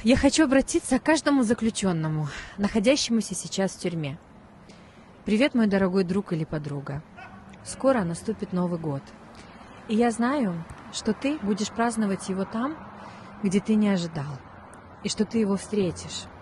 Я хочу обратиться к каждому заключенному, находящемуся сейчас в тюрьме. Привет, мой дорогой друг или подруга. Скоро наступит Новый год. И я знаю, что ты будешь праздновать его там, где ты не ожидал. И что ты его встретишь.